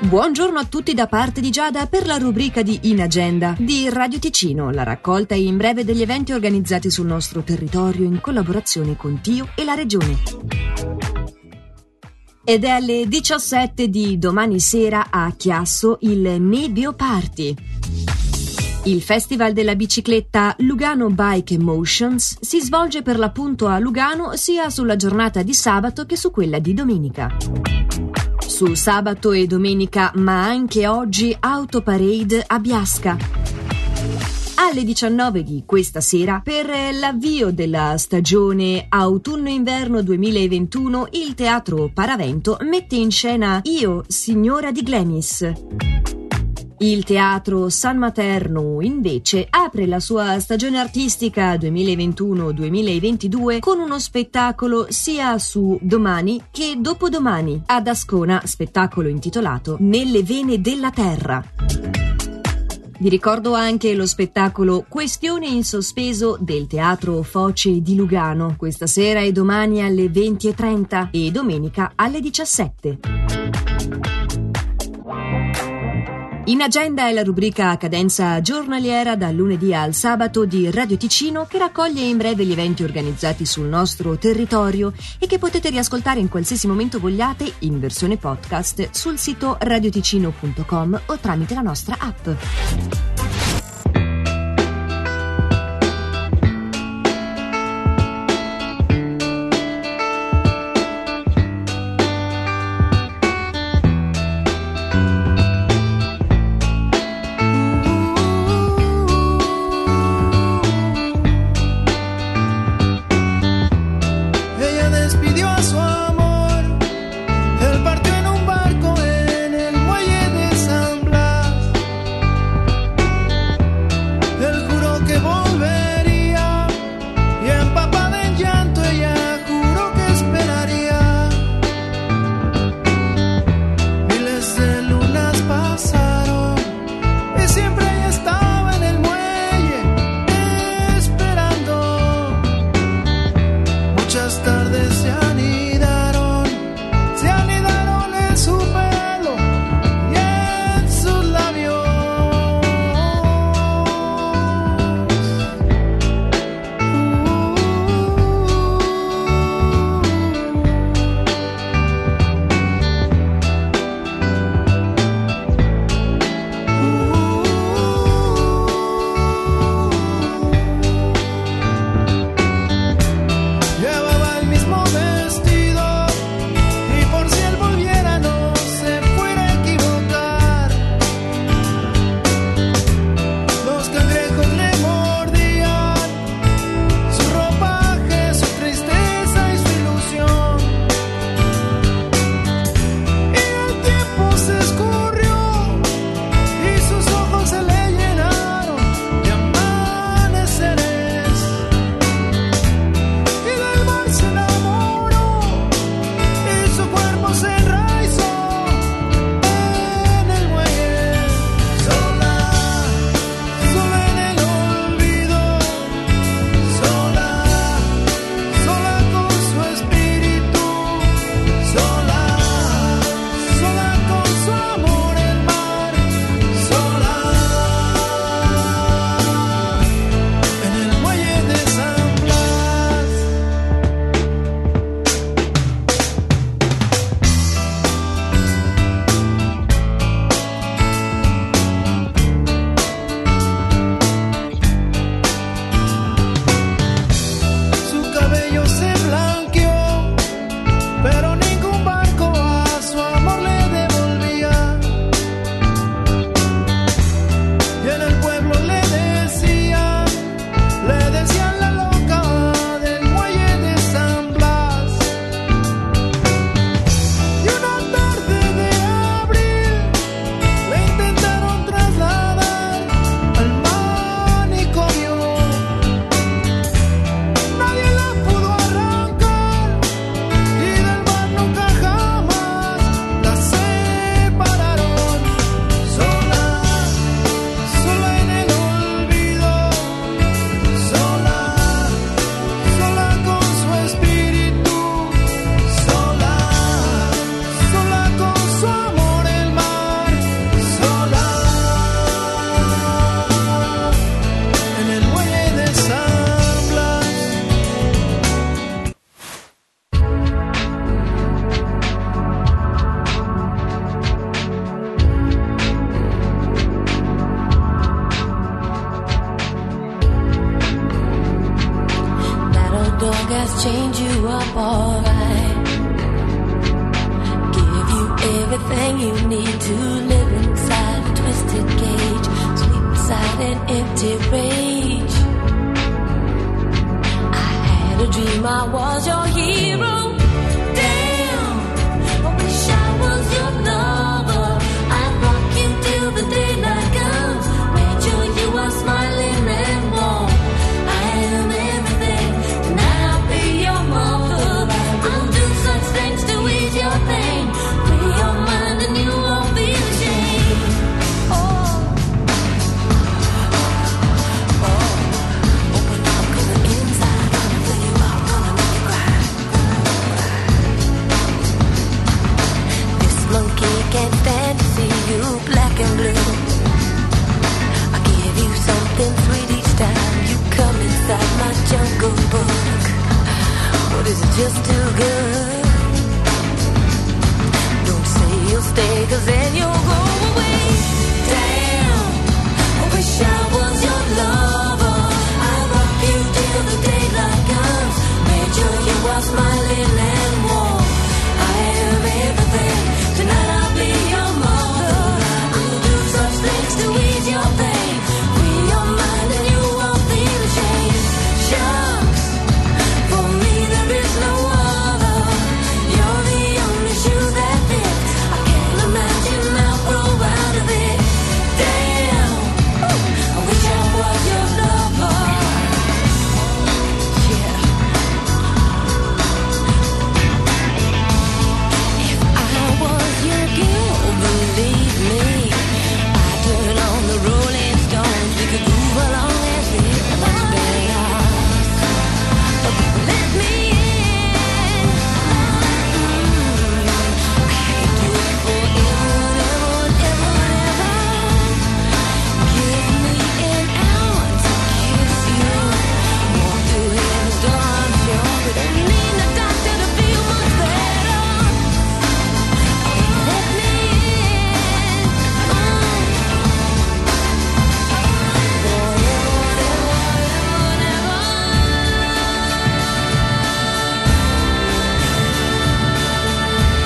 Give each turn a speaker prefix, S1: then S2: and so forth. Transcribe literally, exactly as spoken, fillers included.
S1: Buongiorno a tutti da parte di Giada per la rubrica di In Agenda di Radio Ticino, la raccolta in breve degli eventi organizzati sul nostro territorio in collaborazione con Tio e la Regione. Ed è alle diciassette di domani sera a Chiasso il Nebbio Party. Il Festival della bicicletta Lugano Bike Emotions si svolge per l'appunto a Lugano sia sulla giornata di sabato che su quella di domenica. Su sabato e domenica, ma anche oggi, Autoparade a Biasca. Alle diciannove di questa sera, per l'avvio della stagione autunno-inverno duemilaventuno, il Teatro Paravento mette in scena Io, signora di Glamis. Il Teatro San Materno, invece, apre la sua stagione artistica duemilaventuno duemilaventidue con uno spettacolo sia su domani che dopodomani, ad Ascona, spettacolo intitolato Nelle vene della terra. Vi ricordo anche lo spettacolo Questione in sospeso del Teatro Foce di Lugano, questa sera e domani alle venti e trenta e domenica alle diciassette. In Agenda è la rubrica a cadenza giornaliera dal lunedì al sabato di Radio Ticino che raccoglie in breve gli eventi organizzati sul nostro territorio e che potete riascoltare in qualsiasi momento vogliate in versione podcast sul sito radioticino punto com o tramite la nostra app.
S2: everything you need to live inside a twisted cage, sleep beside an empty rage. I had a dream I was your hero.